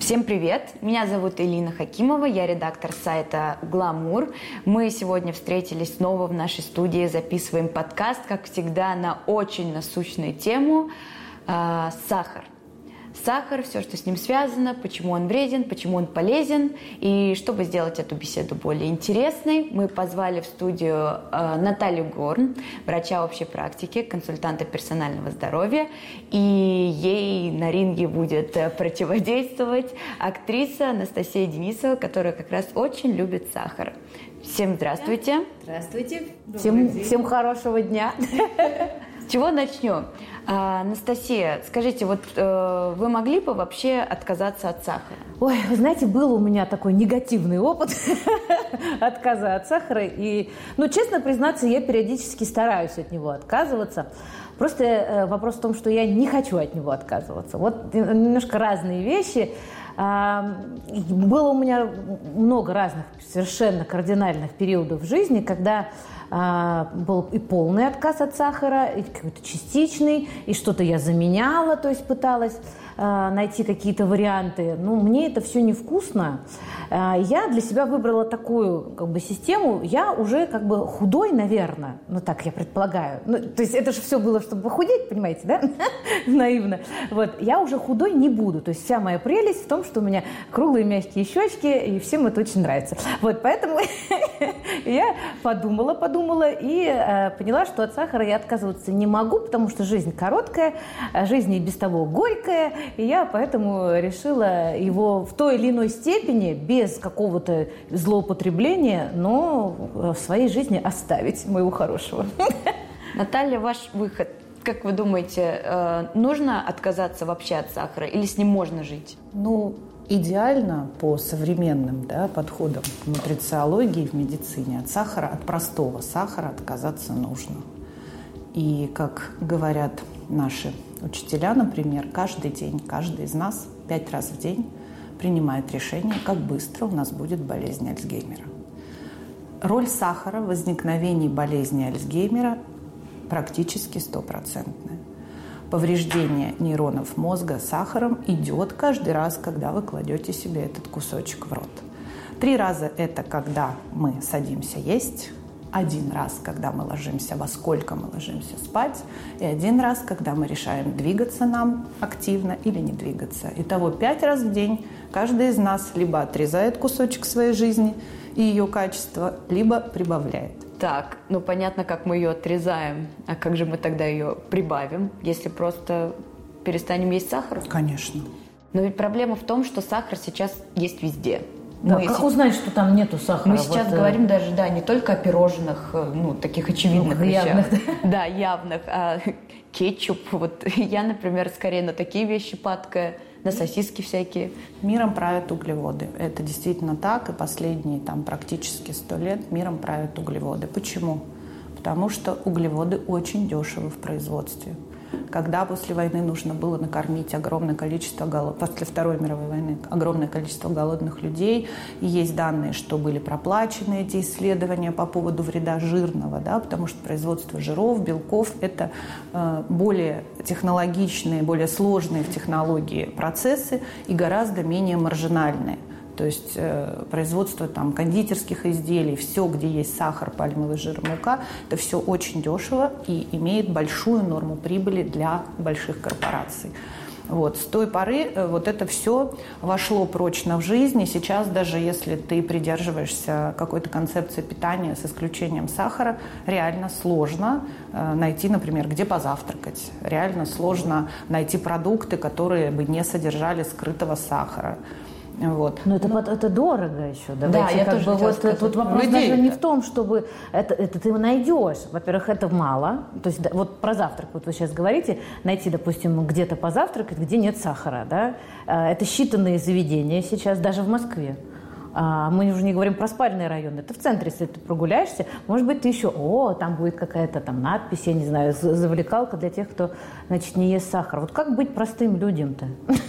Всем привет! Меня зовут Элина Хакимова, я редактор сайта «Гламур». Мы сегодня встретились снова в нашей студии, записываем подкаст, как всегда, на очень насущную тему сахар. Сахар, все, что с ним связано, почему он вреден, почему он полезен. И чтобы сделать эту беседу более интересной, мы позвали в студию Наталью Горн, врача общей практики, консультанта персонального здоровья. И ей на ринге будет противодействовать актриса Анастасия Денисова, которая как раз очень любит сахар. Всем здравствуйте. Здравствуйте. Всем хорошего дня. С чего начнем? Анастасия, скажите, вот вы могли бы вообще отказаться от сахара? Ой, вы знаете, был у меня такой негативный опыт отказа от сахара. И, честно признаться, я периодически стараюсь от него отказываться. Просто вопрос в том, что я не хочу от него отказываться. Вот немножко разные вещи. Было у меня много разных совершенно кардинальных периодов в жизни, когда был и полный отказ от сахара, и какой-то частичный, и что-то я заменяла, то есть пыталась найти какие-то варианты. Мне это все невкусно. Я для себя выбрала такую систему. Я уже худой, наверное. Так я предполагаю. То есть это же все было, чтобы похудеть, понимаете, да? Наивно. Вот. Я уже худой не буду. То есть вся моя прелесть в том, что у меня круглые мягкие щечки, и всем это очень нравится. Вот, поэтому я подумала и поняла, что от сахара я отказываться не могу, потому что жизнь короткая, жизнь и без того горькая, и я поэтому решила его в той или иной степени, без какого-то злоупотребления, но в своей жизни оставить, моего хорошего. Наталья, ваш выход. Как вы думаете, нужно отказаться вообще от сахара или с ним можно жить? Идеально по современным подходам в нутрициологии, в медицине от сахара, от простого сахара отказаться нужно. И, как говорят наши учителя, например, каждый день, каждый из нас 5 раз в день принимает решение, как быстро у нас будет болезнь Альцгеймера. Роль сахара в возникновении болезни Альцгеймера практически 100%. Повреждение нейронов мозга сахаром идет каждый раз, когда вы кладете себе этот кусочек в рот. 3 раза – это когда мы садимся есть, 1 раз, когда мы ложимся, во сколько мы ложимся спать, и 1 раз, когда мы решаем, двигаться нам активно или не двигаться. Итого 5 раз в день каждый из нас либо отрезает кусочек своей жизни и ее качества, либо прибавляет. Так, понятно, как мы ее отрезаем. А как же мы тогда ее прибавим, если просто перестанем есть сахар? Конечно. Но ведь проблема в том, что сахар сейчас есть везде. Да, как узнать, что там нету сахара? Мы сейчас говорим даже, не только о пирожных, таких очевидных вещах. Явных. Да, явных. А кетчуп. Вот я, например, скорее на такие вещи падкая, на сосиски всякие. Миром правят углеводы. Это действительно так. И последние практически 100 лет миром правят углеводы. Почему? Потому что углеводы очень дешевы в производстве. Когда после войны нужно было накормить огромное количество после Второй мировой войны огромное количество голодных людей, и есть данные, что были проплачены эти исследования по поводу вреда жирного, потому что производство жиров, белков – это более технологичные, более сложные в технологии процессы и гораздо менее маржинальные. То есть производство кондитерских изделий, все, где есть сахар, пальмовый жир, мука, это все очень дешево и имеет большую норму прибыли для больших корпораций. С той поры это все вошло прочно в жизнь, и сейчас даже если ты придерживаешься какой-то концепции питания с исключением сахара, реально сложно найти, например, где позавтракать. Реально сложно найти продукты, которые бы не содержали скрытого сахара. Но это дорого еще. Давайте, я тоже хотела сказать. Тут вопрос даже не в том, чтобы это ты найдешь. Во-первых, это мало. То есть про завтрак, вы сейчас говорите, найти, допустим, где-то позавтракать, где нет сахара. Да? Это считанные заведения сейчас, даже в Москве. Мы уже не говорим про спальные районы. Это в центре, если ты прогуляешься, может быть, ты еще, там будет какая-то надпись, я не знаю, завлекалка для тех, кто, не ест сахар. Как быть простым людям-то?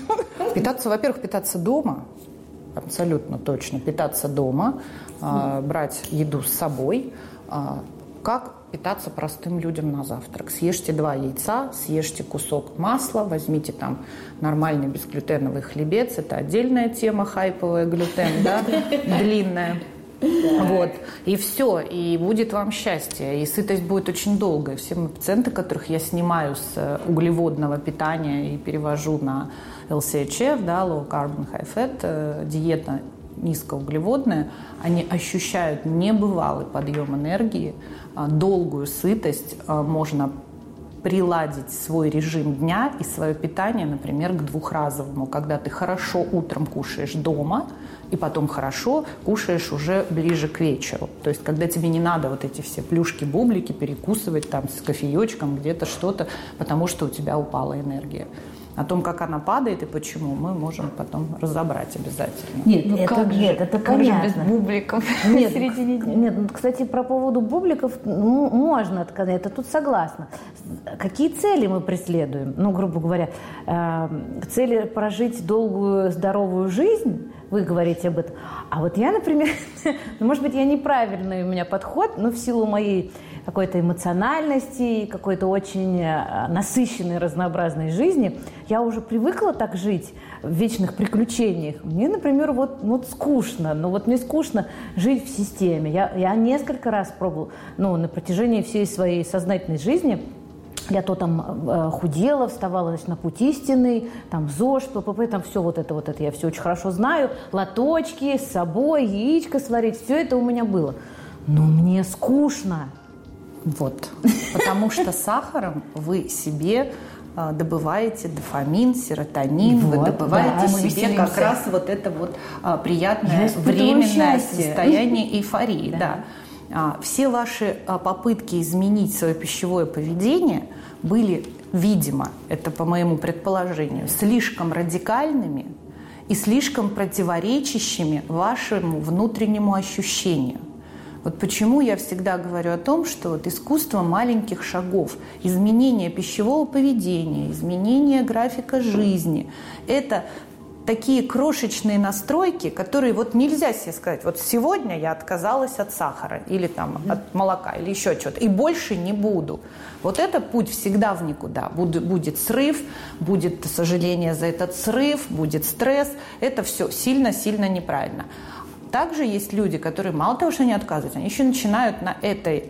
Питаться дома, абсолютно точно, питаться дома, брать еду с собой, как питаться простым людям на завтрак. Съешьте 2 яйца, съешьте кусок масла, возьмите там нормальный безглютеновый хлебец. Это отдельная тема, хайповая глютен, да, длинная. Вот. И все, и будет вам счастье, и сытость будет очень долгой. Все мои пациенты, которых я снимаю с углеводного питания и перевожу на LCHF, да, Low Carbon High Fat, диета низкоуглеводная, они ощущают небывалый подъем энергии, долгую сытость, можно приладить свой режим дня и свое питание, например, к 2-разовому, когда ты хорошо утром кушаешь дома и потом хорошо кушаешь уже ближе к вечеру. То есть, когда тебе не надо вот эти все плюшки-бублики перекусывать там с кофеечком где-то что-то, потому что у тебя упала энергия. О том, как она падает и почему, мы можем потом разобрать обязательно. Нет, это понятно. Без бубликов нет, середине дня. Нет, кстати, про поводу бубликов можно отказать, это тут согласна. Какие цели мы преследуем? Ну, грубо говоря, цели прожить долгую, здоровую жизнь, вы говорите об этом. А вот я, например, может быть, я неправильный у меня подход, но в силу моей какой-то эмоциональности, какой-то очень насыщенной, разнообразной жизни, я уже привыкла так жить в вечных приключениях. Мне, например, вот скучно. Ну вот мне скучно жить в системе. Я несколько раз пробовала, на протяжении всей своей сознательной жизни. Я то там худела, вставала, значит, на путь истинный, там ЗОЖ, ППП, там все вот это я все очень хорошо знаю. Лоточки с собой, яичко сварить, все это у меня было. Но мне скучно. Вот. Потому что сахаром вы себе добываете дофамин, серотонин, вы добываете себе как раз вот это вот приятное временное состояние эйфории. Да. Все ваши попытки изменить свое пищевое поведение были, видимо, это по моему предположению, слишком радикальными и слишком противоречащими вашему внутреннему ощущению. Вот почему я всегда говорю о том, что вот искусство маленьких шагов, изменение пищевого поведения, изменение графика жизни – это такие крошечные настройки, которые вот нельзя себе сказать, вот сегодня я отказалась от сахара или там от молока или еще чего-то, и больше не буду. Вот это путь всегда в никуда. Будет срыв, будет сожаление за этот срыв, будет стресс. Это все сильно-сильно неправильно. Также есть люди, которые мало того, что они отказываются, они еще начинают на этой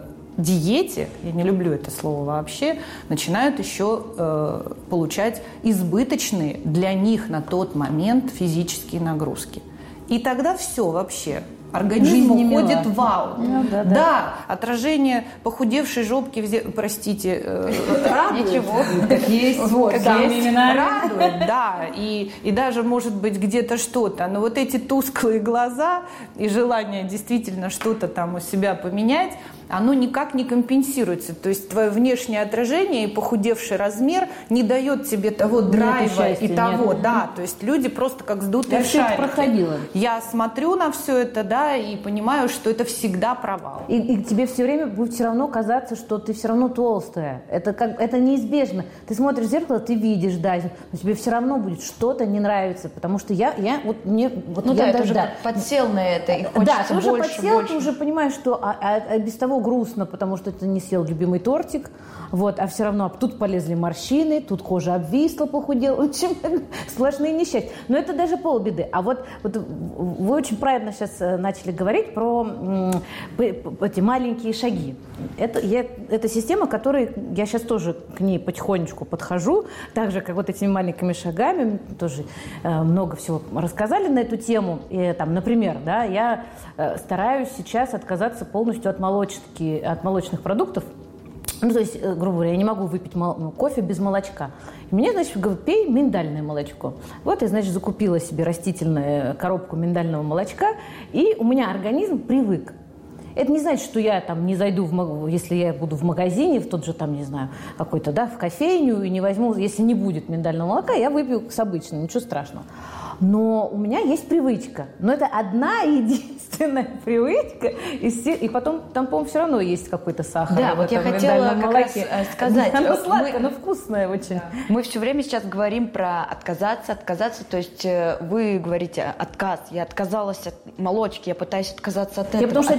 диете, я не люблю это слово вообще, начинают еще получать избыточные для них на тот момент физические нагрузки. И тогда все вообще. Организм уходит в аут. Да, отражение похудевшей жопки, простите, радует. Ничего. Как есть. Радует, да. И даже, может быть, где-то что-то. Но вот эти тусклые глаза и желание действительно что-то там у себя поменять, оно никак не компенсируется. То есть твое внешнее отражение и похудевший размер не дает тебе того драйва и того. Нет. Да, то есть люди просто как сдутые шарики. Я проходила. Я смотрю на все это, да, и понимаю, что это всегда провал. И тебе все время будет все равно казаться, что ты все равно толстая. Это неизбежно. Ты смотришь в зеркало, ты видишь, да, но тебе все равно будет что-то не нравится, потому что ты уже подсел на это, и хочется да, ты уже больше, подсел, больше. Ты уже понимаешь, что без того грустно, потому что ты не съел любимый тортик, вот, а все равно тут полезли морщины, тут кожа обвисла, похудела, в общем, сплошные несчастья. Но это даже полбеды. А вот вы очень правильно сейчас начали говорить про эти маленькие шаги. Это система, которой я сейчас тоже к ней потихонечку подхожу, так же, как вот этими маленькими шагами, тоже много всего рассказали на эту тему. И, там, например, да, я стараюсь сейчас отказаться полностью от молочных продуктов. Ну, то есть, грубо говоря, я не могу выпить кофе без молочка. И мне, значит, говорят, пей миндальное молочко. Вот я, значит, закупила себе растительную коробку миндального молочка, и у меня организм привык. Это не значит, что я там не зайду, если я буду в магазине, в тот же там, не знаю, какой-то, да, в кофейню, и не возьму, если не будет миндального молока, я выпью с обычным, ничего страшного. Но у меня есть привычка. Но это одна единственная привычка. И потом там, по-моему, все равно есть какой-то сахар. Да, вот я хотела как раз сказать. Оно сладкое, оно вкусное очень. Мы все время сейчас говорим про отказаться. То есть вы говорите отказ. Я отказалась от молочки, я пытаюсь отказаться от этого. Потому что от нее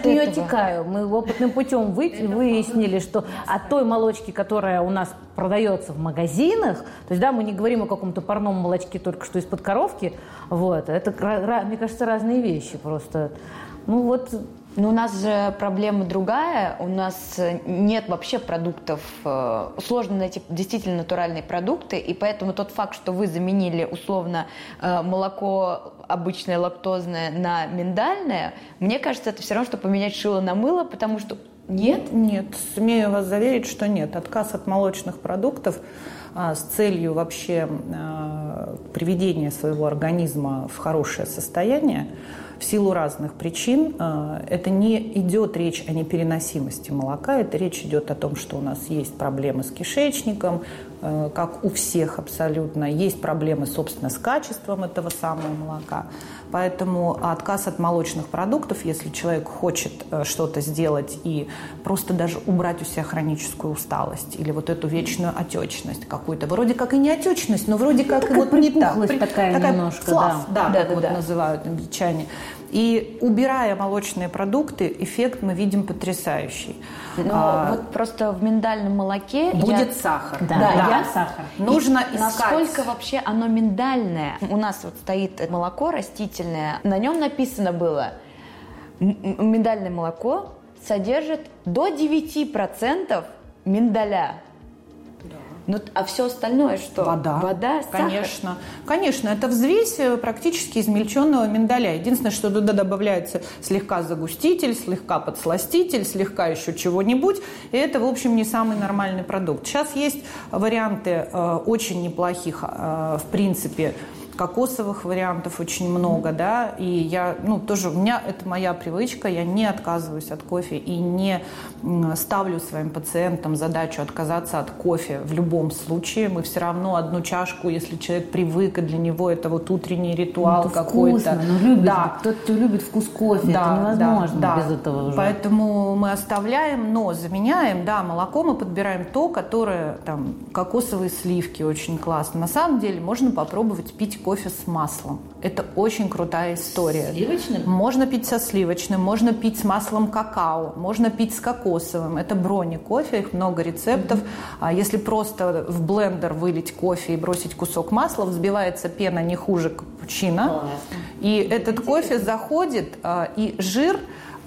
отсекаю. Мы опытным путем выяснили, что от той молочки, которая у нас продается в магазинах, то есть, да, мы не говорим о каком-то парном молочке только что из-под коровки, вот, это, мне кажется, разные вещи просто. Ну вот... Но у нас же проблема другая, у нас нет вообще продуктов, сложно найти действительно натуральные продукты, и поэтому тот факт, что вы заменили условно молоко обычное лактозное на миндальное, мне кажется, это все равно, что поменять шило на мыло, потому что нет? Нет, смею вас заверить, что нет. Отказ от молочных продуктов с целью вообще приведения своего организма в хорошее состояние в силу разных причин, это не идет речь о непереносимости молока, это речь идет о том, что у нас есть проблемы с кишечником, как у всех абсолютно, есть проблемы, собственно, с качеством этого самого молока. Поэтому отказ от молочных продуктов, если человек хочет что-то сделать и просто даже убрать у себя хроническую усталость или вот эту вечную отечность какую-то, вроде как и не отечность, но вроде как и вот не так. Такая немножко, флаф, как вот называют англичане. И убирая молочные продукты, эффект мы видим потрясающий. Но вот просто в миндальном молоке будет сахар. Да, сахар. Нужно искать. Насколько вообще оно миндальное? У нас вот стоит молоко растительное, на нем написано было: миндальное молоко содержит до 9% миндаля. Ну, а все остальное что? Вода, сахар? Конечно. Конечно, это взвесь практически измельченного миндаля. Единственное, что туда добавляется слегка загуститель, слегка подсластитель, слегка еще чего-нибудь. И это, в общем, не самый нормальный продукт. Сейчас есть варианты очень неплохих, в принципе, кокосовых вариантов очень много, да, и я, тоже, у меня это моя привычка, я не отказываюсь от кофе и не ставлю своим пациентам задачу отказаться от кофе в любом случае. Мы все равно одну чашку, если человек привык, и для него это вот утренний ритуал какой-то. Тот, кто любит вкус кофе, это невозможно без этого уже. Поэтому мы оставляем, но заменяем, молоко мы подбираем то, которое, кокосовые сливки очень классно. На самом деле можно попробовать пить кофе с маслом. Это очень крутая история. Сливочным? Можно пить со сливочным, можно пить с маслом какао, можно пить с кокосовым. Это брони-кофе, их много рецептов. Если просто в блендер вылить кофе и бросить кусок масла, взбивается пена не хуже капучино. И этот кофе заходит, и жир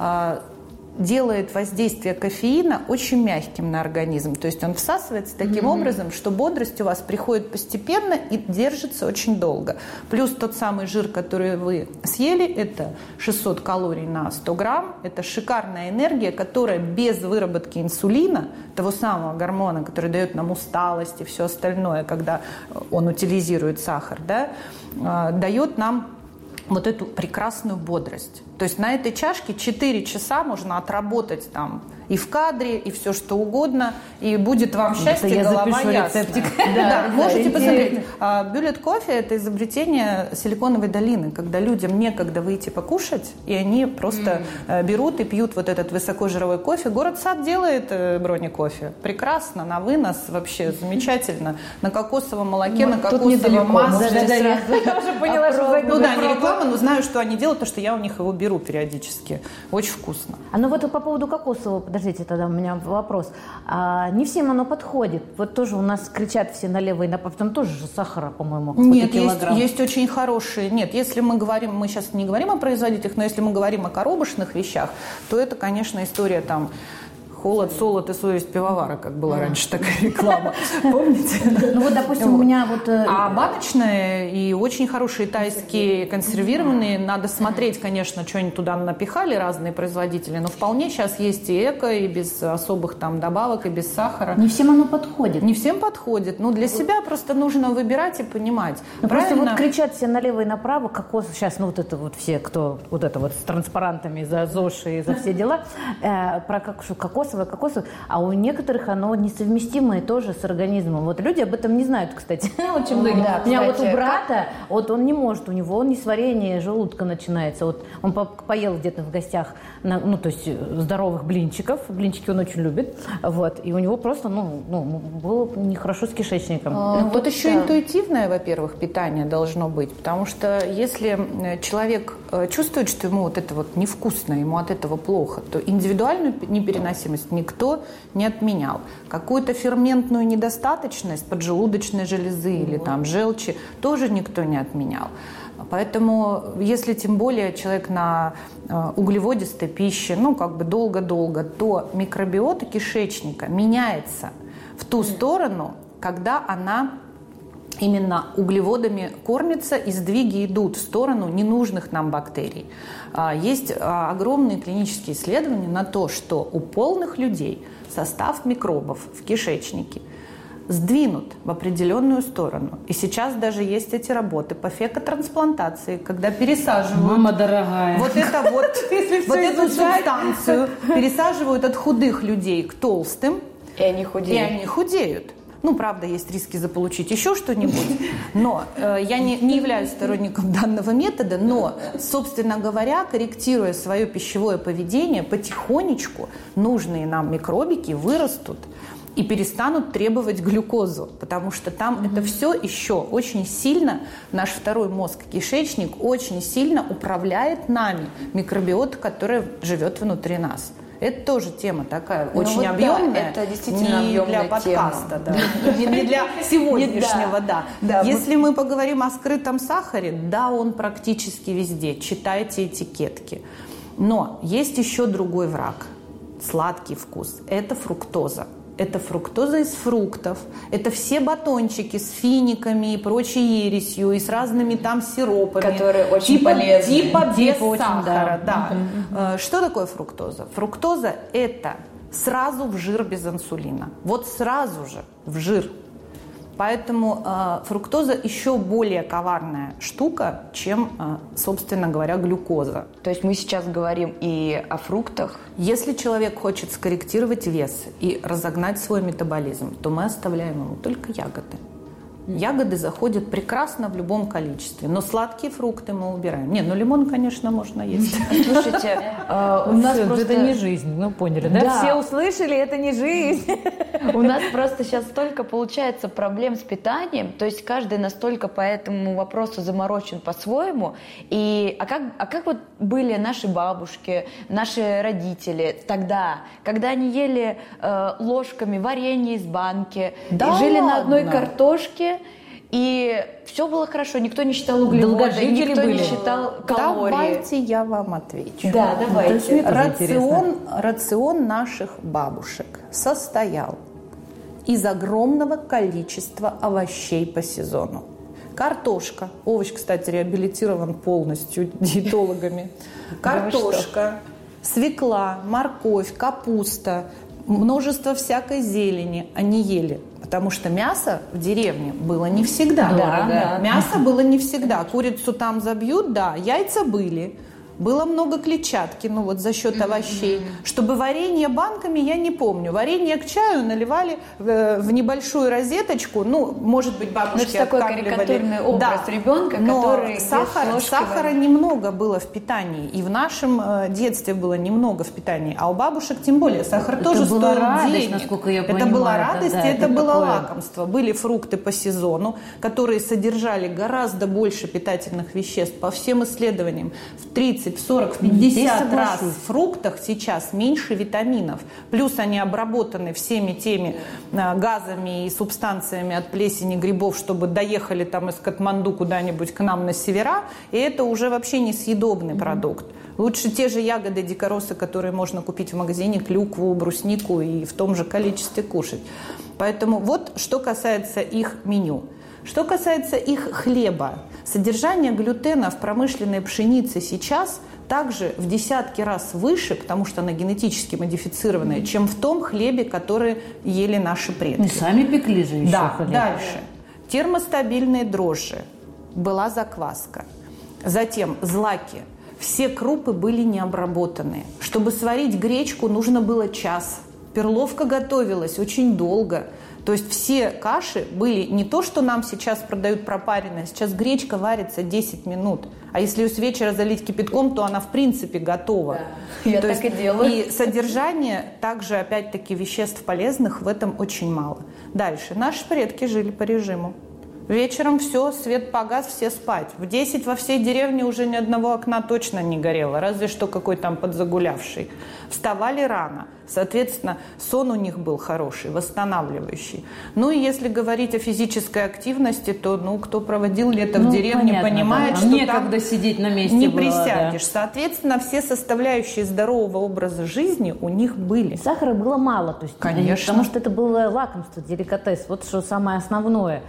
делает воздействие кофеина очень мягким на организм. То есть он всасывается таким образом, что бодрость у вас приходит постепенно и держится очень долго. Плюс тот самый жир, который вы съели, это 600 калорий на 100 грамм. Это шикарная энергия, которая без выработки инсулина, того самого гормона, который дает нам усталость и все остальное, когда он утилизирует сахар, дает нам вот эту прекрасную бодрость. То есть на этой чашке 4 часа можно отработать и в кадре, и все что угодно, и будет вам счастье, голова ясная. Можете посмотреть. Bullet Coffee – это изобретение Силиконовой долины, когда людям некогда выйти покушать, и они просто берут и пьют вот этот высокожировой кофе. Город-сад делает брони-кофе. Прекрасно, на вынос, вообще замечательно. На кокосовом молоке, на кокосовом масле. Я уже поняла, что не реклама, но знаю, что они делают, потому что я у них его беру периодически. Очень вкусно. Вот по поводу кокосового, подождите, тогда у меня вопрос. Не всем оно подходит. Вот тоже у нас кричат все налево и направо. Там тоже же сахара, по-моему, нет, есть очень хорошие. Нет, если мы говорим, мы сейчас не говорим о производителях, но если мы говорим о коробочных вещах, то это, конечно, история холод, солод и совесть пивовара, как была раньше такая реклама. Помните? Допустим, у меня А баночные и очень хорошие тайские консервированные, надо смотреть, конечно, что они туда напихали, разные производители, но вполне сейчас есть и эко, и без особых добавок, и без сахара. Не всем оно подходит. Не всем подходит. Для себя просто нужно выбирать и понимать. Просто кричат все налево и направо, кокос, сейчас, все, кто с транспарантами за ЗОЖ и за все дела, про кокос абрикосовое, кокосовое, а у некоторых оно несовместимое тоже с организмом. Вот люди об этом не знают, кстати. Очень многие. Да, у меня кстати, вот у брата, вот он не может, у него несварение желудка начинается. Вот он поел где-то в гостях, то есть здоровых блинчиков. Блинчики он очень любит. Вот. И у него просто, было нехорошо с кишечником. Вот еще интуитивное, во-первых, питание должно быть. Потому что если человек чувствует, что ему вот это вот невкусно, ему от этого плохо, то индивидуальную непереносимость никто не отменял. Какую-то ферментную недостаточность поджелудочной железы или там желчи тоже никто не отменял. Поэтому, если тем более человек на углеводистой пище, долго-долго, то микробиота кишечника меняется в ту сторону, когда она именно углеводами кормится, и сдвиги идут в сторону ненужных нам бактерий. Есть огромные клинические исследования на то, что у полных людей состав микробов в кишечнике сдвинут в определенную сторону. И сейчас даже есть эти работы по фекотрансплантации, когда пересаживают... Мама дорогая. Вот эту субстанцию пересаживают от худых людей к толстым. И они худеют. Правда, есть риски заполучить еще что-нибудь, но я не являюсь сторонником данного метода, но, собственно говоря, корректируя свое пищевое поведение, потихонечку нужные нам микробики вырастут и перестанут требовать глюкозу, потому что там это все еще очень сильно, наш второй мозг, кишечник, очень сильно управляет нами, микробиота, которая живет внутри нас. Это тоже тема такая очень объемная. Да, это действительно не объемная для подкаста, да. Не для сегодняшнего, да. Если мы поговорим о скрытом сахаре, да, он практически везде. Читайте этикетки. Но есть еще другой враг. Сладкий вкус. Это фруктоза. Это фруктоза из фруктов, это все батончики с финиками и прочей ересью, и с разными там сиропами. Которые очень полезны. Типа без очень, сахара, да. Что такое фруктоза? Фруктоза – это сразу в жир без инсулина. Вот сразу же в жир. Поэтому фруктоза еще более коварная штука, чем, собственно говоря, глюкоза. То есть мы сейчас говорим и о фруктах. Если человек хочет скорректировать вес и разогнать свой метаболизм, то мы оставляем ему только ягоды. Ягоды заходят прекрасно в любом количестве, но сладкие фрукты мы убираем. Лимон, конечно, можно есть. Слушайте, у нас просто... Это не жизнь, поняли, да? Да. Все услышали, это не жизнь. У нас просто сейчас столько получается проблем с питанием, то есть каждый настолько по этому вопросу заморочен по-своему. А как вот были наши бабушки, наши родители тогда, когда они ели ложками варенье из банки, Да и жили на одной ладно? картошке, и все было хорошо, никто не считал углеводы, Долгожители никто не были. считал калории. Давайте я вам отвечу. Да, давайте. Рацион наших бабушек состоял из огромного количества овощей по сезону. Картошка. Овощ, кстати, реабилитирован полностью диетологами. Картошка, свекла, морковь, капуста, множество всякой зелени они ели. Потому что мясо в деревне было не всегда. Да. Мясо было не всегда. Курицу там забьют, да. Яйца были. Было много клетчатки, за счет овощей. Чтобы варенье банками, я не помню. Варенье к чаю наливали в небольшую розеточку. Может быть, бабушки это такой откармливали. карикатурный образ ребенка, который ест ложкой сахара немного было в питании. И в нашем детстве было немного в питании. А у бабушек тем более. Сахар тоже стоил денег. Насколько я это понимаю. была радость, да, это было такое. лакомство. Были фрукты по сезону, которые содержали гораздо больше питательных веществ. По всем исследованиям в 30, в 40, в 50 раз в фруктах сейчас меньше витаминов. Плюс они обработаны всеми теми газами и субстанциями от плесени грибов, чтобы доехали там из Катманду куда-нибудь к нам на севера. И это уже вообще несъедобный продукт. Лучше те же ягоды, дикоросы, которые можно купить в магазине, клюкву, бруснику и в том же количестве кушать. Поэтому вот что касается их меню. Что касается их хлеба, содержание глютена в промышленной пшенице сейчас также в десятки раз выше, потому что она генетически модифицированная, чем в том хлебе, который ели наши предки. Мы сами пекли же еще хлеб. Дальше. Термостабильные дрожжи. Была закваска. Затем злаки. Все крупы были необработанные. Чтобы сварить гречку, нужно было час. Перловка готовилась очень долго. То есть все каши были не то, что нам сейчас продают пропаренные, сейчас гречка варится 10 минут. А если ее с вечера залить кипятком, то она в принципе готова. Да, я так и делаю. И содержание также, опять-таки, веществ полезных в этом очень мало. Дальше. Наши предки жили по режиму. Вечером все, свет погас, все спать. В 10 во всей деревне уже ни одного окна точно не горело, разве что какой там подзагулявший. Вставали рано, соответственно, сон у них был хороший, восстанавливающий. Ну и если говорить о физической активности, то, кто проводил лето в деревне, понятно, понимает, да. что некогда там сидеть на месте не было, присядешь. Да. Соответственно, все составляющие здорового образа жизни у них были. Сахара было мало, то есть, конечно. Потому что это было лакомство, деликатес, вот что самое основное.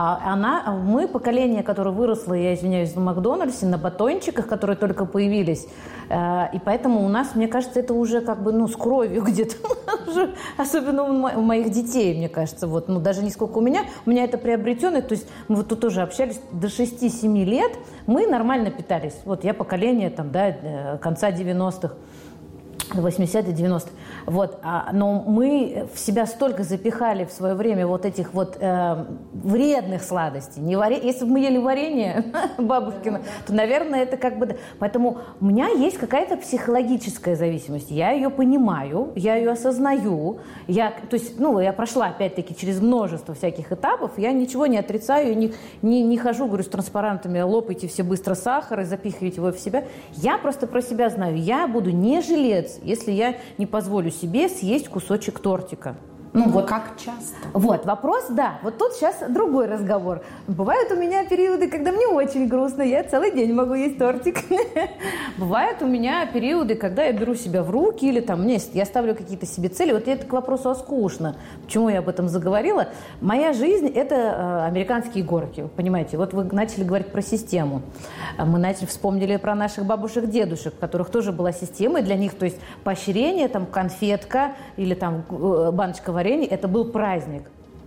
Мы поколение, которое выросло, я извиняюсь, в Макдональдсе, на батончиках, которые только появились, и поэтому у нас, мне кажется, это уже с кровью где-то, особенно у моих детей, мне кажется, даже не сколько у меня это приобретенное, то есть мы тут тоже общались до 6-7 лет, мы нормально питались, я поколение конца 90-х, 80-е, 90-е. Но мы в себя столько запихали в свое время этих вредных сладостей. Если бы мы ели варенье бабушкино, то, наверное, это Поэтому у меня есть какая-то психологическая зависимость. Я ее понимаю, я ее осознаю. Я прошла, опять-таки, через множество всяких этапов. Я ничего не отрицаю, не хожу, говорю, с транспарантами: лопайте все быстро сахар и запихивайте его в себя. Я просто про себя знаю. Я буду не жилец, если я не позволю себе съесть кусочек тортика. Как часто? Вопрос, да. Тут сейчас другой разговор. Бывают у меня периоды, когда мне очень грустно, я целый день могу есть тортик. Бывают у меня периоды, когда я беру себя в руки, или я ставлю какие-то себе цели. Это к вопросу о скучно. Почему я об этом заговорила? Моя жизнь – это американские горки, вы понимаете. Вы начали говорить про систему. Мы вспомнили про наших бабушек-дедушек, у которых тоже была система, и для них, то есть поощрение, конфетка или баночка варенья, это был праздник.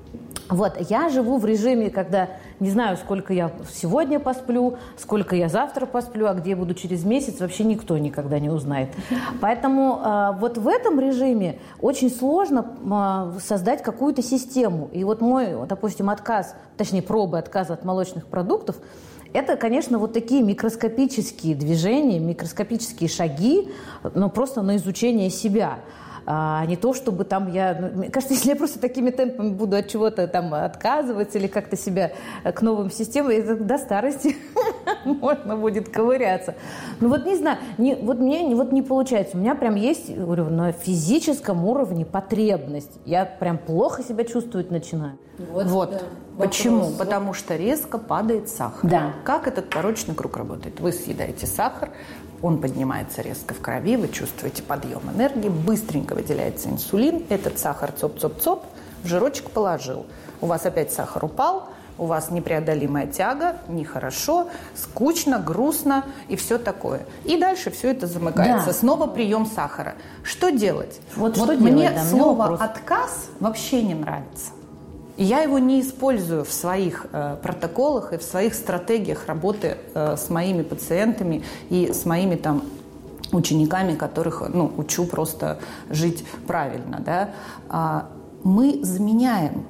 Я живу в режиме, когда не знаю, сколько я сегодня посплю, сколько я завтра посплю, а где я буду через месяц, вообще никто никогда не узнает. Поэтому в этом режиме очень сложно создать какую-то систему. И мой, допустим, пробы отказа от молочных продуктов, это, конечно, такие микроскопические движения, микроскопические шаги, но просто на изучение себя. А не то, чтобы мне кажется, если я просто такими темпами буду от чего-то отказываться или как-то себя к новым системам, это до старости можно будет ковыряться. Не знаю, мне не получается. У меня прям есть, говорю, на физическом уровне потребность. Я прям плохо себя чувствовать начинаю. Да. Почему? Потому что резко падает сахар. Да. Как этот порочный круг работает? Вы съедаете сахар, он поднимается резко в крови, вы чувствуете подъем энергии, быстренько выделяется инсулин, этот сахар цоп-цоп-цоп в жирочек положил. У вас опять сахар упал, у вас непреодолимая тяга, нехорошо, скучно, грустно и все такое. И дальше все это замыкается. Да. Снова прием сахара. Что делать? Что мне делать? слово «отказ» вообще не нравится. И я его не использую в своих протоколах и в своих стратегиях работы с моими пациентами и с моими учениками, которых учу просто жить правильно. Да? Мы заменяем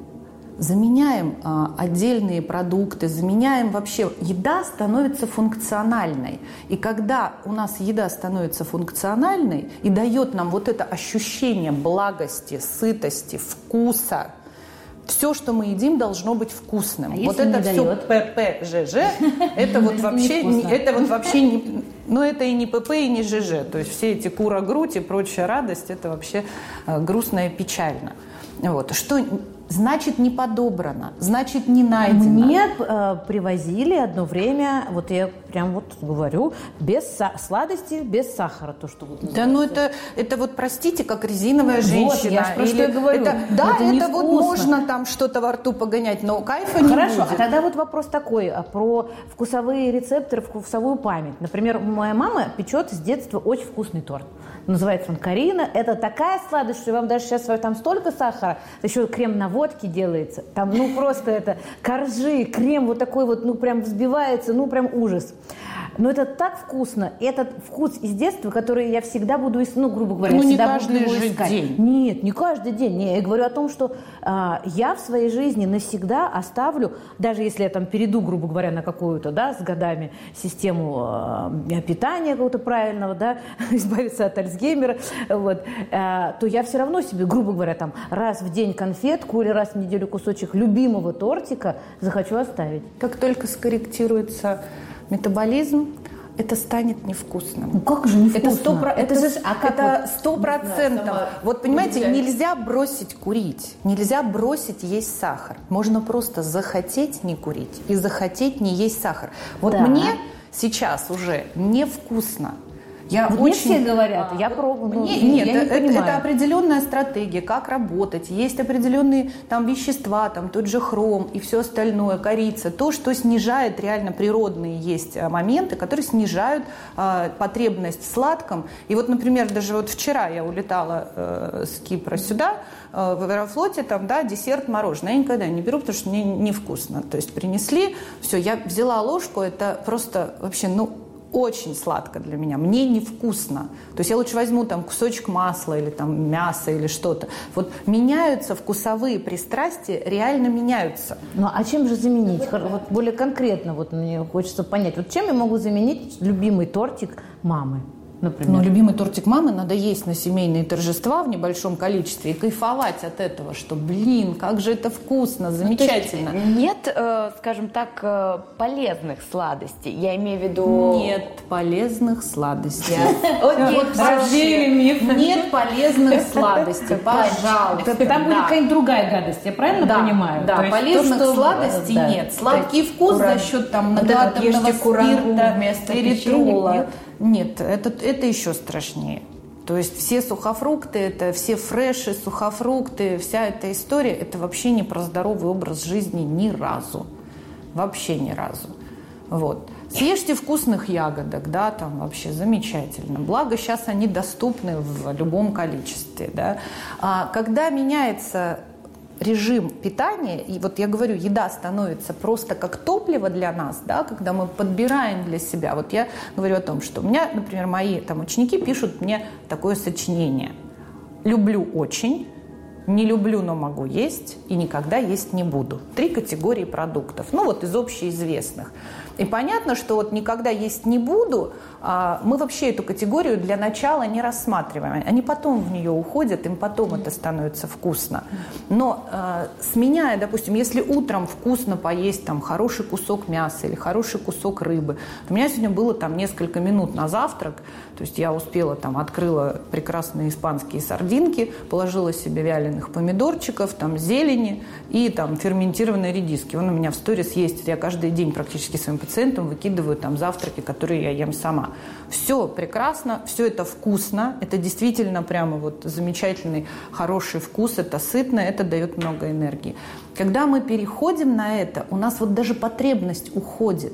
отдельные продукты, заменяем вообще. Еда становится функциональной. И когда у нас еда становится функциональной и дает нам это ощущение благости, сытости, вкуса, все, что мы едим, должно быть вкусным. Это все ПП, ЖЖ, это вообще не... это и не ПП, и не ЖЖ. То есть все эти кура-грудь и прочая радость, это вообще грустно и печально. Что значит не подобрано, значит не найдено. Мне привозили одно время, я прям говорю, без сладости, без сахара. То, что это простите, как резиновая женщина. Я про что я говорю. Это можно что-то во рту погонять, но кайфа не будет. Хорошо, а тогда вопрос такой, про вкусовые рецепторы, вкусовую память. Например, моя мама печет с детства очень вкусный торт. Называется он Карина. Это такая сладость, что вам даже сейчас там столько сахара, еще крем на водке делается. Там просто это коржи, крем такой прям взбивается, прям ужас. Но это так вкусно. Этот вкус из детства, который я всегда буду, грубо говоря, не всегда каждый буду его же искать. день. Нет, не каждый день. Не, я говорю о том, что я в своей жизни навсегда оставлю, даже если я там перейду, грубо говоря, на какую-то, да, с годами систему питания какого-то правильного, да, избавиться от Альцгеймера, вот, то я все равно себе, грубо говоря, там раз в день конфетку или раз в неделю кусочек любимого тортика захочу оставить. Как только скорректируется метаболизм, это станет невкусным. Ну как же невкусно? Это 100%. Вот понимаете, нельзя бросить курить, нельзя бросить есть сахар. Можно просто захотеть не курить и захотеть не есть сахар. Вот да. Мне сейчас уже невкусно. Мне все говорят, я пробую. Это определенная стратегия, как работать. Есть определенные там вещества, там тот же хром и все остальное, корица. То, что снижает реально придородные есть моменты, которые снижают потребность в сладком. И вот, например, даже вот вчера я улетала с Кипра сюда, в Аэрофлоте, там, да, десерт, мороженое. Я никогда не беру, потому что мне невкусно. То есть принесли, все, я взяла ложку, это просто вообще, очень сладко для меня, мне невкусно. То есть я лучше возьму там кусочек масла или там мяса или что-то. Вот меняются вкусовые пристрастия, реально меняются. Ну а чем же заменить? Вот более конкретно вот мне хочется понять. Вот чем я могу заменить любимый тортик мамы? Например. Любимый тортик мамы надо есть на семейные торжества в небольшом количестве и кайфовать от этого, что, как же это вкусно, замечательно. Нет, скажем так, полезных сладостей. Я имею в виду... Нет полезных сладостей. Развеяли миф. Нет полезных сладостей, пожалуйста. Там будет какая-нибудь другая гадость, я правильно понимаю? Да, полезных сладостей нет. Сладкий вкус за счет там многоатомного спирта, эритрола. Нет, это еще страшнее. То есть все сухофрукты, это все фреши, сухофрукты, вся эта история, это вообще не про здоровый образ жизни ни разу. Вообще ни разу. Вот. Съешьте вкусных ягодок, да, там вообще замечательно. Благо сейчас они доступны в любом количестве, да. А когда меняется режим питания, и вот я говорю, еда становится просто как топливо для нас, да, когда мы подбираем для себя. Вот я говорю о том, что у меня, например, мои там ученики пишут мне такое сочинение. Люблю очень, не люблю, но могу есть, и никогда есть не буду. 3 категории продуктов, вот из общеизвестных. И понятно, что вот никогда есть не буду, мы вообще эту категорию для начала не рассматриваем. Они потом в нее уходят, им потом это становится вкусно. Но сменяя, допустим, если утром вкусно поесть там хороший кусок мяса или хороший кусок рыбы, у меня сегодня было там несколько минут на завтрак, то есть я успела там, открыла прекрасные испанские сардинки, положила себе вяленых помидорчиков, там зелени и там ферментированной редиски. Он у меня в сторис есть, я каждый день практически своим пациентам выкидываю там завтраки, которые я ем сама. Все прекрасно, все это вкусно, это действительно прямо вот замечательный, хороший вкус, это сытно, это дает много энергии. Когда мы переходим на это, у нас вот даже потребность уходит.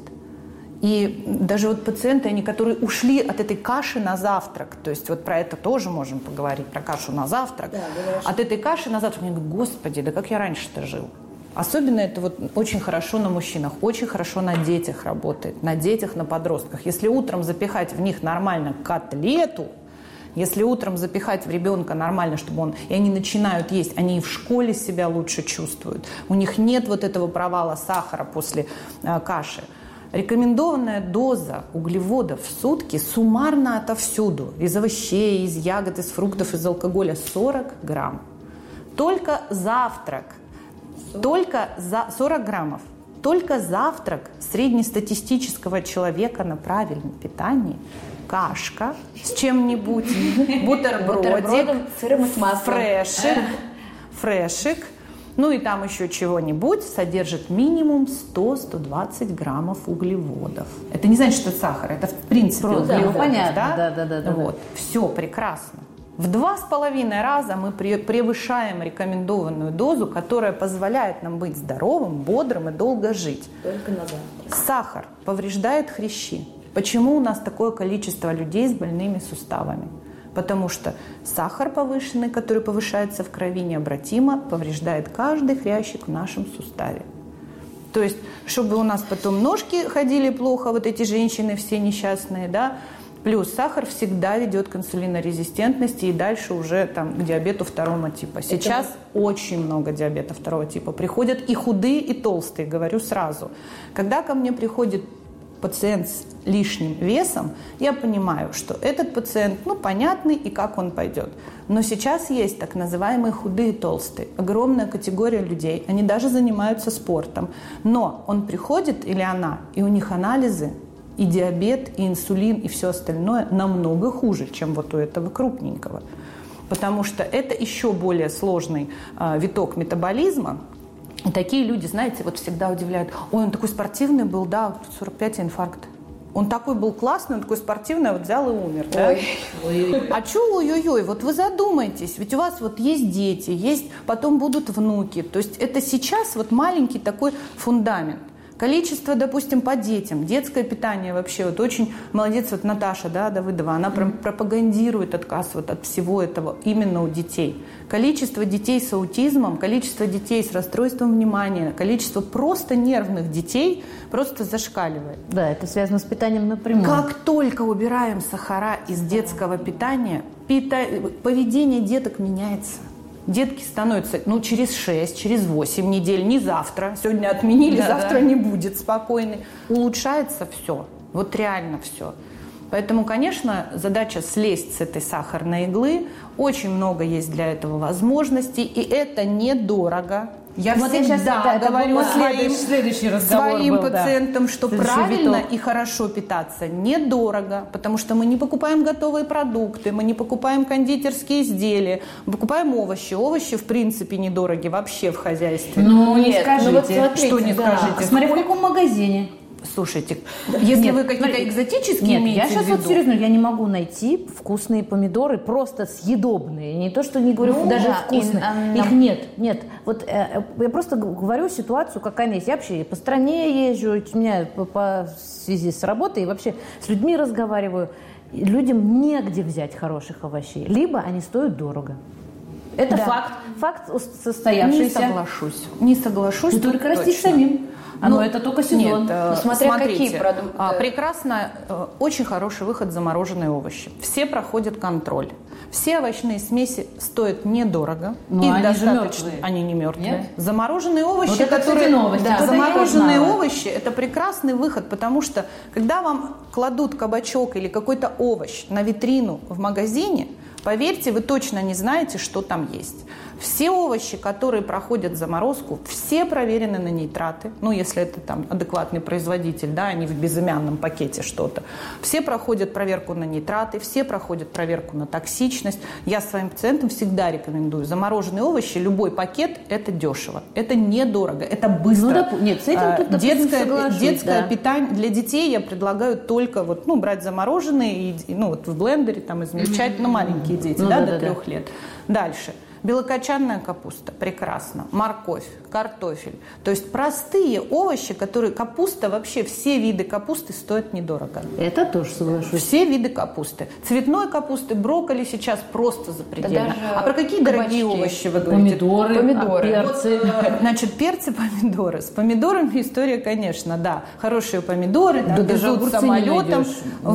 И даже вот пациенты, они, которые ушли от этой каши на завтрак, то есть вот про это тоже можем поговорить, про кашу на завтрак. Да, от этой каши на завтрак, мне говорят, господи, да как я раньше-то жил. Особенно это вот очень хорошо на мужчинах, очень хорошо на детях работает, на детях, на подростках. Если утром запихать в них нормально котлету, если утром запихать в ребенка нормально, чтобы он... И они начинают есть, они и в школе себя лучше чувствуют. У них нет вот этого провала сахара после каши. Рекомендованная доза углеводов в сутки суммарно отовсюду. Из овощей, из ягод, из фруктов, из алкоголя 40 грамм. Только завтрак. Только за 40 граммов. Только завтрак среднестатистического человека на правильном питании. Кашка с чем-нибудь, бутербродик, сыром и с маслом, фрешик, и там еще чего-нибудь, содержит минимум 100-120 граммов углеводов. Это не значит, что это сахар, это в принципе углеводы. Понятно, да. Вот, все прекрасно. В 2,5 раза мы превышаем рекомендованную дозу, которая позволяет нам быть здоровым, бодрым и долго жить. Только на завтрак. Сахар повреждает хрящи. Почему у нас такое количество людей с больными суставами? Потому что сахар повышенный, который повышается в крови необратимо, повреждает каждый хрящик в нашем суставе. То есть, чтобы у нас потом ножки ходили плохо, вот эти женщины все несчастные, да. Плюс сахар всегда ведет к инсулинорезистентности и дальше уже там, к диабету второго типа. Сейчас очень много диабета второго типа. Приходят и худые, и толстые, говорю сразу. Когда ко мне приходит пациент с лишним весом, я понимаю, что этот пациент, понятный и как он пойдет. Но сейчас есть так называемые худые и толстые. Огромная категория людей. Они даже занимаются спортом. Но он приходит или она, и у них анализы, и диабет, и инсулин, и все остальное намного хуже, чем вот у этого крупненького. Потому что это еще более сложный виток метаболизма. И такие люди, знаете, вот всегда удивляют. Ой, он такой спортивный был, да, 45 инфаркт. Он такой был классный, он такой спортивный, вот взял и умер. Да? А чё ой-ой-ой, вот вы задумайтесь, ведь у вас вот есть дети, есть, потом будут внуки. То есть это сейчас вот маленький такой фундамент. Количество, допустим, по детям, детское питание вообще, вот очень молодец вот Наташа, да, Давыдова, она пропагандирует отказ вот от всего этого именно у детей. Количество детей с аутизмом, количество детей с расстройством внимания, количество просто нервных детей просто зашкаливает. Да, это связано с питанием напрямую. Как только убираем сахара из детского питания, поведение деток меняется. Детки становятся, через 6, через 8 недель, не завтра. Сегодня отменили, завтра не будет спокойный. Улучшается все, вот реально все. Поэтому, конечно, задача слезть с этой сахарной иглы. Очень много есть для этого возможностей, и это недорого. Я всегда говорю своим пациентам, что правильно и хорошо питаться недорого, потому что мы не покупаем готовые продукты, мы не покупаем кондитерские изделия, мы покупаем овощи. Овощи, в принципе, недороги вообще в хозяйстве. Не скажите. Что не скажите? Смотри, в каком магазине. Слушайте, если вы какие-то экзотические имеете я сейчас в виду... вот серьезно, я не могу найти вкусные помидоры, просто съедобные. Не то, что не говорю, даже вкусные. Их нет. Вот я просто говорю ситуацию, какая она есть. Я вообще по стране езжу, у меня в связи с работой и вообще с людьми разговариваю. Людям негде взять хороших овощей. Либо они стоят дорого. Это факт состоявшийся. Не соглашусь. Только растить самим. Это только сезон. Нет, смотря какие продукты. Прекрасно, очень хороший выход замороженные овощи. Все проходят контроль. Все овощные смеси стоят недорого. Их достаточно. Они не мертвые. Нет? Замороженные овощи, вот это, кстати, новость. Да, замороженные овощи – это прекрасный выход, потому что когда вам кладут кабачок или какой-то овощ на витрину в магазине, поверьте, вы точно не знаете, что там есть. Все овощи, которые проходят заморозку, все проверены на нитраты. Если это там адекватный производитель, да, а не в безымянном пакете что-то. Все проходят проверку на нитраты, все проходят проверку на токсичность. Я своим пациентам всегда рекомендую. Замороженные овощи, любой пакет – это дешево. Это недорого, это быстро. Нет, с этим тут детское питание для детей я предлагаю только брать замороженные и в блендере там измельчать, маленькие дети, до 3 лет. Дальше. Белокочанная капуста, прекрасно. Морковь, картофель. То есть простые овощи, капуста, вообще все виды капусты стоят недорого. Это тоже соглашусь. Все виды капусты. Цветной капусты, брокколи сейчас просто запредельно. А про какие дорогие овощи вы говорите? Помидоры. Перцы. Перцы, помидоры. С помидорами история, конечно, да. Хорошие помидоры, везут самолетом.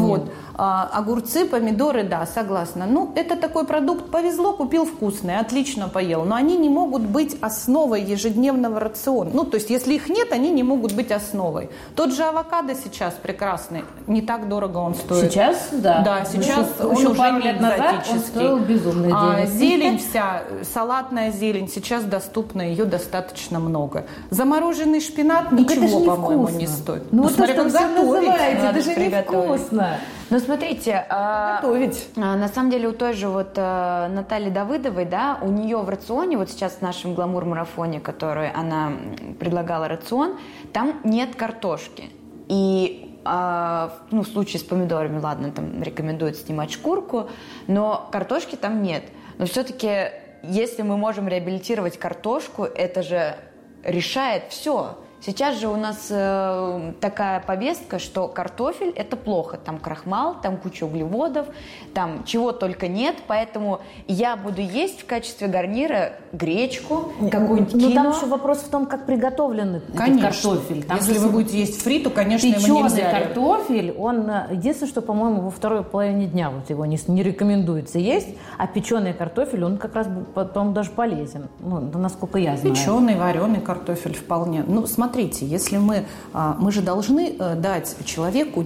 Огурцы, помидоры, да, согласна. Это такой продукт, повезло, купил вкусный, отлично поел. Но они не могут быть основой ежедневного рациона. То есть, если их нет, они не могут быть основой. Тот же авокадо сейчас прекрасный, не так дорого он стоит. Сейчас, да. Да, сейчас он еще уже пару не лет назад он стоил безумные деньги. Зелень вся, салатная зелень, сейчас доступна, ее достаточно много. Замороженный шпинат ничего, по-моему, не стоит. Смотря как готовить, это же невкусно. Смотрите, на самом деле у той же Натальи Давыдовой, да, у нее в рационе, вот сейчас в нашем гламур-марафоне, который она предлагала рацион, там нет картошки. И в случае с помидорами, ладно, там рекомендуют снимать шкурку, но картошки там нет. Но все-таки, если мы можем реабилитировать картошку, это же решает все. Сейчас же у нас такая повестка, что картофель – это плохо. Там крахмал, там куча углеводов, там чего только нет. Поэтому я буду есть в качестве гарнира гречку, какую-нибудь киноа. Ну, там еще вопрос в том, как приготовлен этот картофель. Там если вы будете есть фри, то, конечно, его нельзя. Картофель, он единственное, что, по-моему, во второй половине дня вот его не рекомендуется есть, а печеный картофель, он как раз, по-моему, даже полезен, ну, насколько я знаю. Печеный, вареный картофель вполне. Ну, смотрите, если мы же должны дать человеку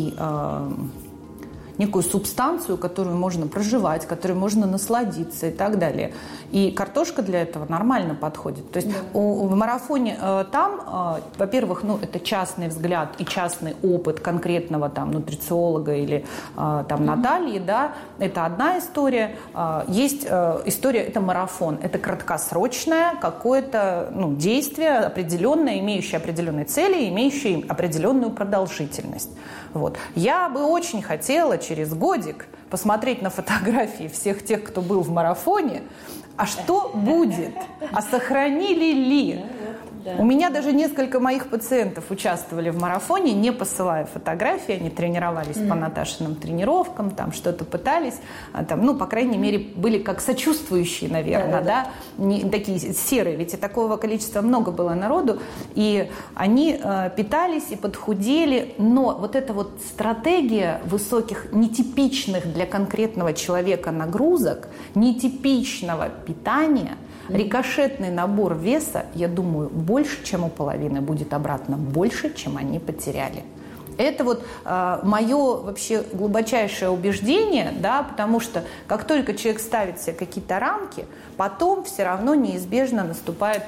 некую субстанцию, которую можно проживать, которой можно насладиться и так далее. И картошка для этого нормально подходит. То есть в марафоне там, во-первых, это частный взгляд и частный опыт конкретного там нутрициолога или там Натальи, да, это одна история. Есть история, это марафон, это краткосрочное какое-то действие определенное, имеющее определенные цели, имеющее определенную продолжительность. Вот. Я бы очень хотела через годик посмотреть на фотографии всех тех, кто был в марафоне, а что будет? А сохранили ли? Да. У меня даже несколько моих пациентов участвовали в марафоне, не посылая фотографии, они тренировались по Наташиным тренировкам, там что-то пытались, там, по крайней мере, были как сочувствующие, наверное, да. Не, такие серые, ведь и такого количества много было народу, и они питались и подхудели, но вот эта вот стратегия высоких, нетипичных для конкретного человека нагрузок, нетипичного питания, рикошетный набор веса, я думаю, больше, чем у половины, будет обратно больше, чем они потеряли. Это вот мое вообще глубочайшее убеждение, да, потому что как только человек ставит себе какие-то рамки, потом все равно неизбежно наступает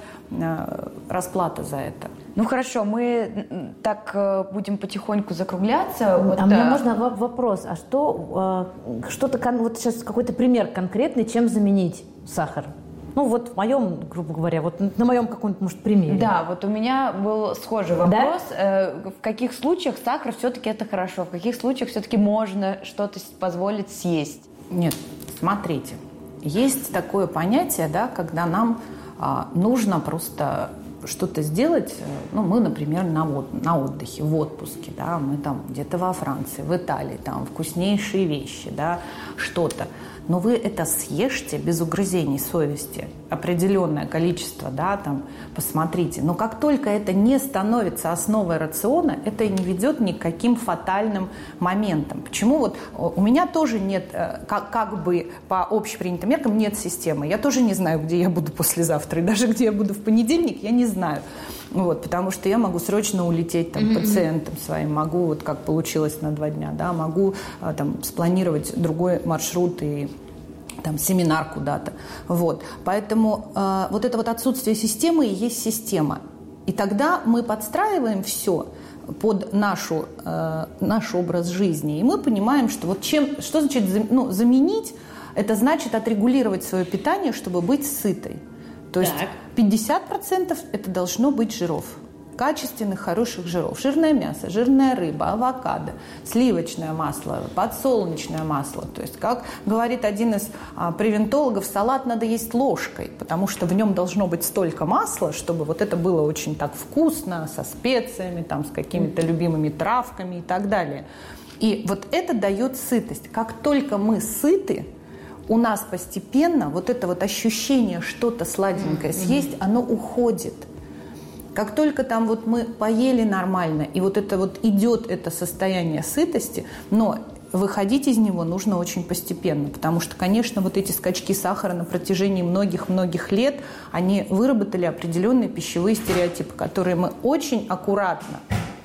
расплата за это. Ну хорошо, мы так будем потихоньку закругляться. Мне можно вопрос, а что-то вот сейчас какой-то пример конкретный, чем заменить сахар? Ну, вот в моем, грубо говоря, вот на моем каком-нибудь, может, примере. Да, вот у меня был схожий вопрос. Да? В каких случаях сахар все-таки это хорошо? В каких случаях все-таки можно что-то позволить съесть? Нет, смотрите. Есть такое понятие, да, когда нам нужно просто что-то сделать. Мы, например, на отдыхе, в отпуске, да, мы там где-то во Франции, в Италии, там вкуснейшие вещи, да, что-то. Но вы это съешьте без угрызений совести, определенное количество, да, там, посмотрите. Но как только это не становится основой рациона, это не ведет ни к каким фатальным моментам. Почему вот у меня тоже нет, как бы по общепринятым меркам, нет системы. Я тоже не знаю, где я буду послезавтра, и даже где я буду в понедельник, я не знаю. Вот, потому что я могу срочно улететь там, пациентам своим, могу, вот как получилось на 2 дня, да, могу там, спланировать другой маршрут и там, семинар куда-то. Вот. Поэтому вот это вот отсутствие системы и есть система. И тогда мы подстраиваем все под наш образ жизни. И мы понимаем, что вот что значит заменить? Это значит отрегулировать свое питание, чтобы быть сытой. То есть 50% это должно быть жиров. Качественных, хороших жиров. Жирное мясо, жирная рыба, авокадо, сливочное масло, подсолнечное масло. То есть, как говорит один из превентологов, салат надо есть ложкой, потому что в нем должно быть столько масла, чтобы вот это было очень так вкусно, со специями, там, с какими-то любимыми травками и так далее. И вот это дает сытость. Как только мы сыты, у нас постепенно вот это вот ощущение что-то сладенькое съесть, оно уходит. Как только там вот мы поели нормально, и вот это вот идет это состояние сытости, но выходить из него нужно очень постепенно, потому что, конечно, вот эти скачки сахара на протяжении многих-многих лет, они выработали определенные пищевые стереотипы, которые мы очень аккуратно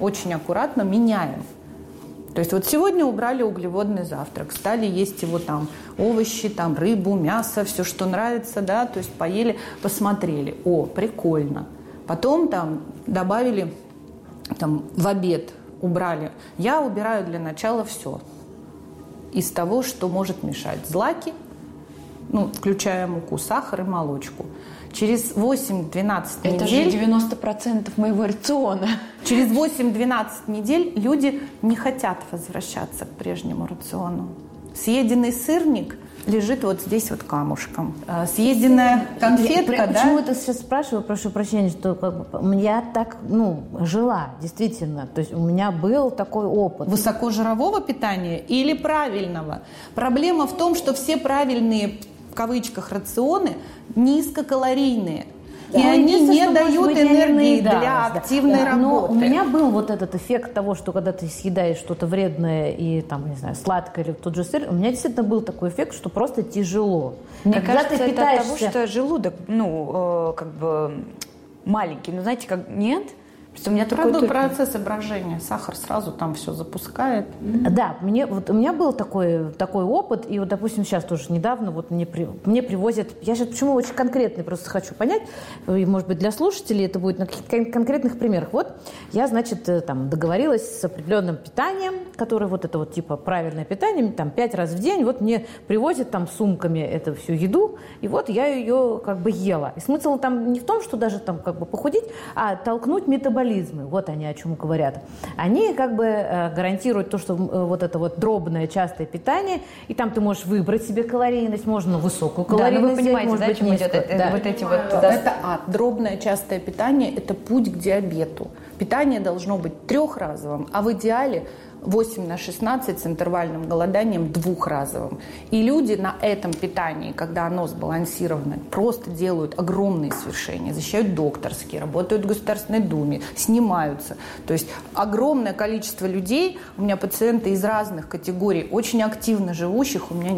меняем. То есть вот сегодня убрали углеводный завтрак, стали есть его там овощи, там рыбу, мясо, все, что нравится, да, то есть поели, посмотрели, прикольно. Потом там добавили, там в обед убрали. Я убираю для начала все из того, что может мешать. Злаки, включая муку, сахар и молочку. Через 8-12 недель... Это же 90% моего рациона. Через 8-12 недель люди не хотят возвращаться к прежнему рациону. Съеденный сырник лежит вот здесь вот камушком. Съеденная конфетка, да? Почему это сейчас спрашиваю, прошу прощения, что как бы, я так, жила, действительно. То есть у меня был такой опыт. Высокожирового питания или правильного? Проблема в том, что все правильные, в кавычках, рационы низкокалорийные. И они не дают энергии для активной работы. Но у меня был вот этот эффект того, что когда ты съедаешь что-то вредное и там, не знаю, сладкое или тот же сыр, у меня действительно был такой эффект, что просто тяжело. Мне когда кажется, ты это питаешься... от того, что желудок, как бы маленький. Ну, знаете, как нет? Просто у меня такой процесс брожения. Сахар сразу там все запускает. Да, у меня был такой опыт, и вот, допустим, сейчас тоже недавно вот мне привозят, я сейчас почему очень конкретный просто хочу понять, и, может быть, для слушателей это будет на каких-то конкретных примерах. Вот я, значит, там договорилась с определенным питанием, которое вот это вот типа правильное питание, там 5 раз в день, вот мне привозят там сумками эту всю еду, и вот я ее как бы ела. И смысл там не в том, что даже там как бы похудеть, а толкнуть метаболизм. Вот они о чем говорят. Они как бы гарантируют то, что вот это вот дробное частое питание, и там ты можешь выбрать себе калорийность, можно высокую калорийность. Да, вы понимаете, может быть, чем идет вот эти вот... Это дробное частое питание – это путь к диабету. Питание должно быть трехразовым, а в идеале 8/16 с интервальным голоданием двухразовым. И люди на этом питании, когда оно сбалансировано, просто делают огромные свершения, защищают докторские, работают в Государственной Думе, снимаются. То есть огромное количество людей, у меня пациенты из разных категорий, очень активно живущих, у меня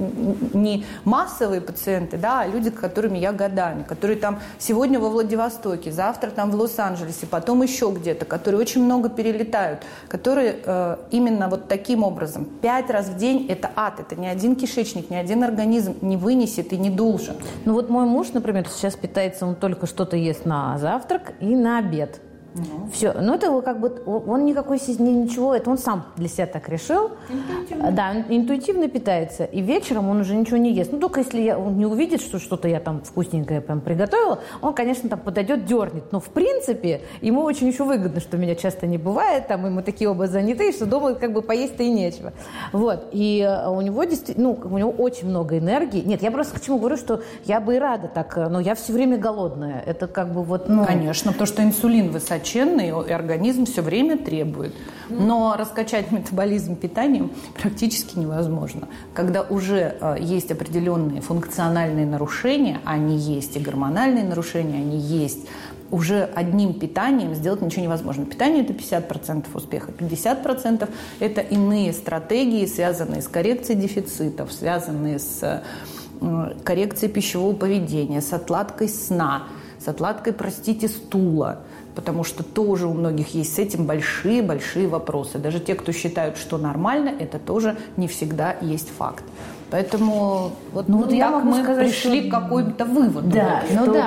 не массовые пациенты, да, а люди, с которыми я годами, которые там сегодня во Владивостоке, завтра там в Лос-Анджелесе, потом еще где-то, которые очень много перелетают, которые именно вот таким образом 5 раз в день – это ад, это ни один кишечник, ни один организм не вынесет и не должен. Ну вот мой муж, например, сейчас питается, он только что-то ест на завтрак и на обед. Все, но это как бы, он никакой ничего, это он сам для себя так решил. Интуитивно. Да, он интуитивно питается. И вечером он уже ничего не ест. Ну, только если он не увидит, что что-то я там вкусненькое прям приготовила, он, конечно, там подойдет, дернет. Но, в принципе, ему очень еще выгодно, что меня часто не бывает, там, и мы такие оба заняты, что дома как бы поесть-то и нечего. Вот. И у него действительно, у него очень много энергии. Нет, я просто к чему говорю, что я бы и рада так, но я все время голодная. Это как бы вот, Конечно, потому что инсулин высоченный, и организм все время требует. Но раскачать метаболизм питанием практически невозможно. Когда уже есть определенные функциональные нарушения, они есть, и гормональные нарушения, они есть, уже одним питанием сделать ничего невозможно. Питание – это 50% успеха. 50% – это иные стратегии, связанные с коррекцией дефицитов, связанные с коррекцией пищевого поведения, с отладкой сна, с отладкой, стула. Потому что тоже у многих есть с этим большие-большие вопросы. Даже те, кто считают, что нормально, это тоже не всегда есть факт. Поэтому вот я могу мы сказать, пришли к какому-то выводу. Да,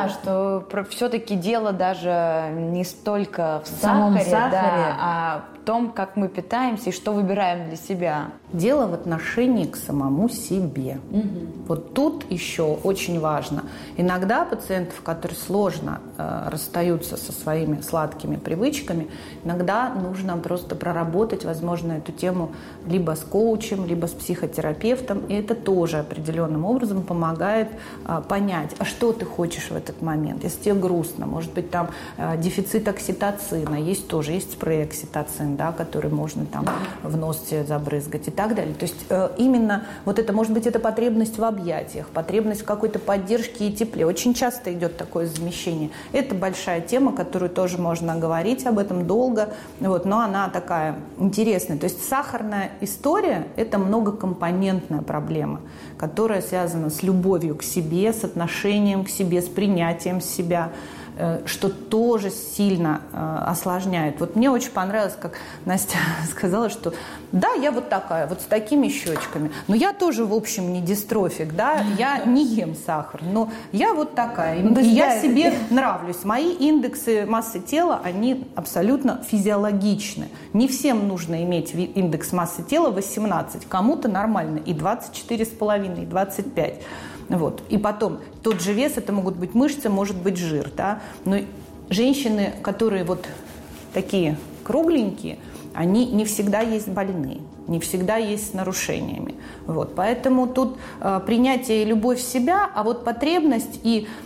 что все-таки дело даже не столько в самом сахаре, сахаре. Да, а в том, как мы питаемся и что выбираем для себя. Дело в отношении к самому себе. Вот тут еще очень важно. Иногда пациентов, которые сложно расстаются со своими сладкими привычками, иногда нужно просто проработать, возможно, эту тему либо с коучем, либо с психотерапевтом. И это тоже определенным образом помогает понять, а что ты хочешь в этот момент. Если тебе грустно, может быть, там дефицит окситоцина, есть спрей окситоцин, да, который можно там в нос забрызгать и так далее. То есть именно вот это, может быть, это потребность в объятиях, потребность в какой-то поддержке и тепле. Очень часто идет такое замещение. Это большая тема, которую тоже можно говорить об этом долго, но она такая интересная. То есть сахарная история – это многокомпонентная проблема, которая связана с любовью к себе, с отношением к себе, с принятием себя, что тоже сильно осложняет. Вот мне очень понравилось, как Настя сказала, что да, я вот такая, вот с такими щечками, но я тоже, в общем, не дистрофик, да, я не ем сахар, но я вот такая, и я себе нравлюсь. Мои индексы массы тела, они абсолютно физиологичны. Не всем нужно иметь индекс массы тела 18, кому-то нормально и 24,5, и 25. Вот. И потом, тот же вес, это могут быть мышцы, может быть жир. Да? Но женщины, которые вот такие кругленькие, они не всегда есть больные. не всегда есть с нарушениями. Вот. Поэтому тут принятие и любовь в себя, а вот потребность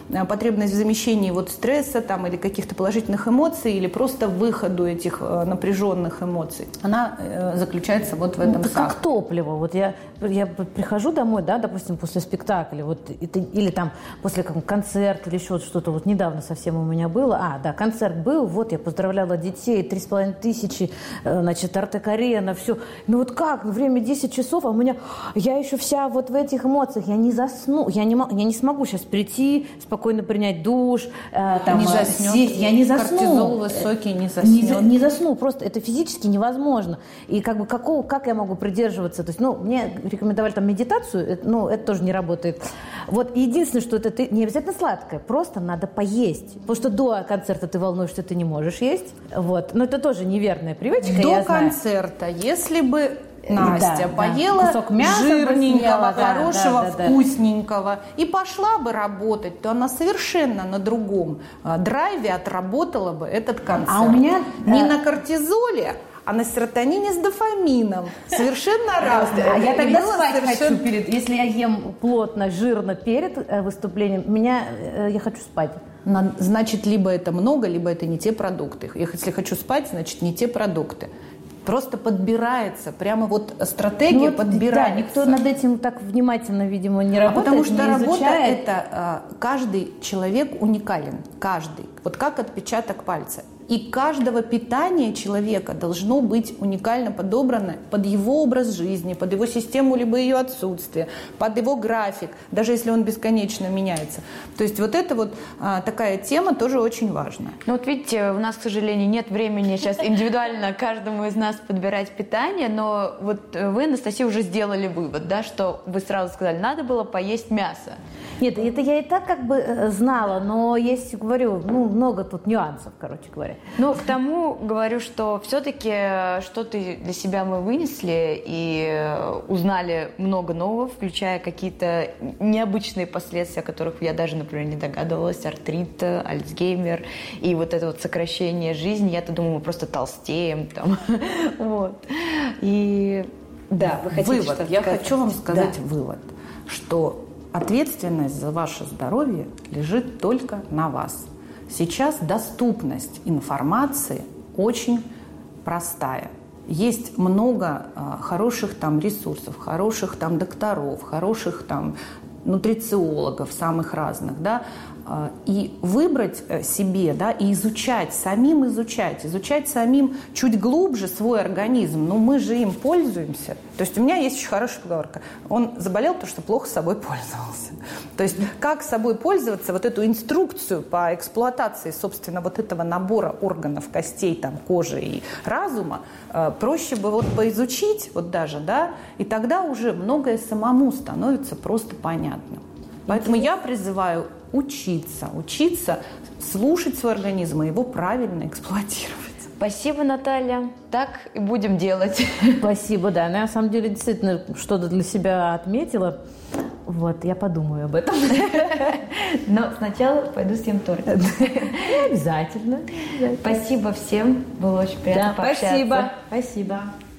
в замещении вот стресса там, или каких-то положительных эмоций, или просто выходу этих напряженных эмоций, она заключается вот в этом. Как топливо. Вот я прихожу домой, да, допустим, после спектакля, вот, или там после концерта, или еще что-то, вот недавно совсем у меня было. Концерт был, вот я поздравляла детей, 3500, значит, Артек-арена, все. Ну вот как, время 10 часов, а я еще вся вот в этих эмоциях, я не засну, я не смогу сейчас прийти, спокойно принять душ, не заснет, сесть, я не засну. Кортизол высокий, не заснет. Не засну, просто это физически невозможно. И как я могу придерживаться, то есть, мне рекомендовали там медитацию, это тоже не работает. Вот единственное, что это не обязательно сладкое, просто надо поесть, потому что до концерта ты волнуешься, ты не можешь есть, вот, но это тоже неверная привычка. До концерта, если бы Настя поела кусок мяса жирненького, хорошего, вкусненького и пошла бы работать, то она совершенно на другом драйве отработала бы этот концерт. А у меня не на кортизоле, а на серотонине с дофамином. Совершенно разные. А я тогда спать хочу если я ем плотно, жирно перед выступлением, я хочу спать. Значит, либо это много, либо это не те продукты. Если хочу спать, значит, не те продукты. Просто подбирается, прямо вот стратегия подбирается. Да, никто над этим так внимательно, видимо, не работает, потому что не работа изучает. это каждый человек уникален, каждый, вот как отпечаток пальца. И каждого питания человека должно быть уникально подобрано под его образ жизни, под его систему, либо ее отсутствие, под его график, даже если он бесконечно меняется. То есть вот эта вот такая тема тоже очень важна. Ну вот видите, у нас, к сожалению, нет времени сейчас индивидуально каждому из нас подбирать питание, но вот вы, Анастасия, уже сделали вывод, да, что вы сразу сказали, надо было поесть мясо. Нет, это я и так как бы знала, но есть, говорю, много тут нюансов, короче говоря. Ну, к тому говорю, что все-таки что-то для себя мы вынесли и узнали много нового, включая какие-то необычные последствия, о которых я даже, например, не догадывалась. Артрит, Альцгеймер и вот это вот сокращение жизни. Я-то думала, мы просто толстеем там. Вот. И да, вы хотите вывод. что-то Я сказать? хочу вам сказать вывод, что ответственность за ваше здоровье лежит только на вас. Сейчас доступность информации очень простая. Есть много хороших там ресурсов, хороших там докторов, хороших там нутрициологов самых разных, да, и выбрать себе, да, и изучать самим чуть глубже свой организм. Но мы же им пользуемся. То есть у меня есть очень хорошая поговорка. Он заболел, потому что плохо собой пользовался. То есть как собой пользоваться, вот эту инструкцию по эксплуатации, собственно, вот этого набора органов, костей, там, кожи и разума, проще бы вот поизучить, вот даже, да, и тогда уже многое самому становится просто понятным. Поэтому я призываю учиться, слушать свой организм и его правильно эксплуатировать. Спасибо, Наталья. Так и будем делать. Спасибо, да. На самом деле, действительно, что-то для себя отметила. Вот, я подумаю об этом. Но сначала пойду съем торт. Обязательно. Спасибо всем. Было очень приятно пообщаться. Спасибо.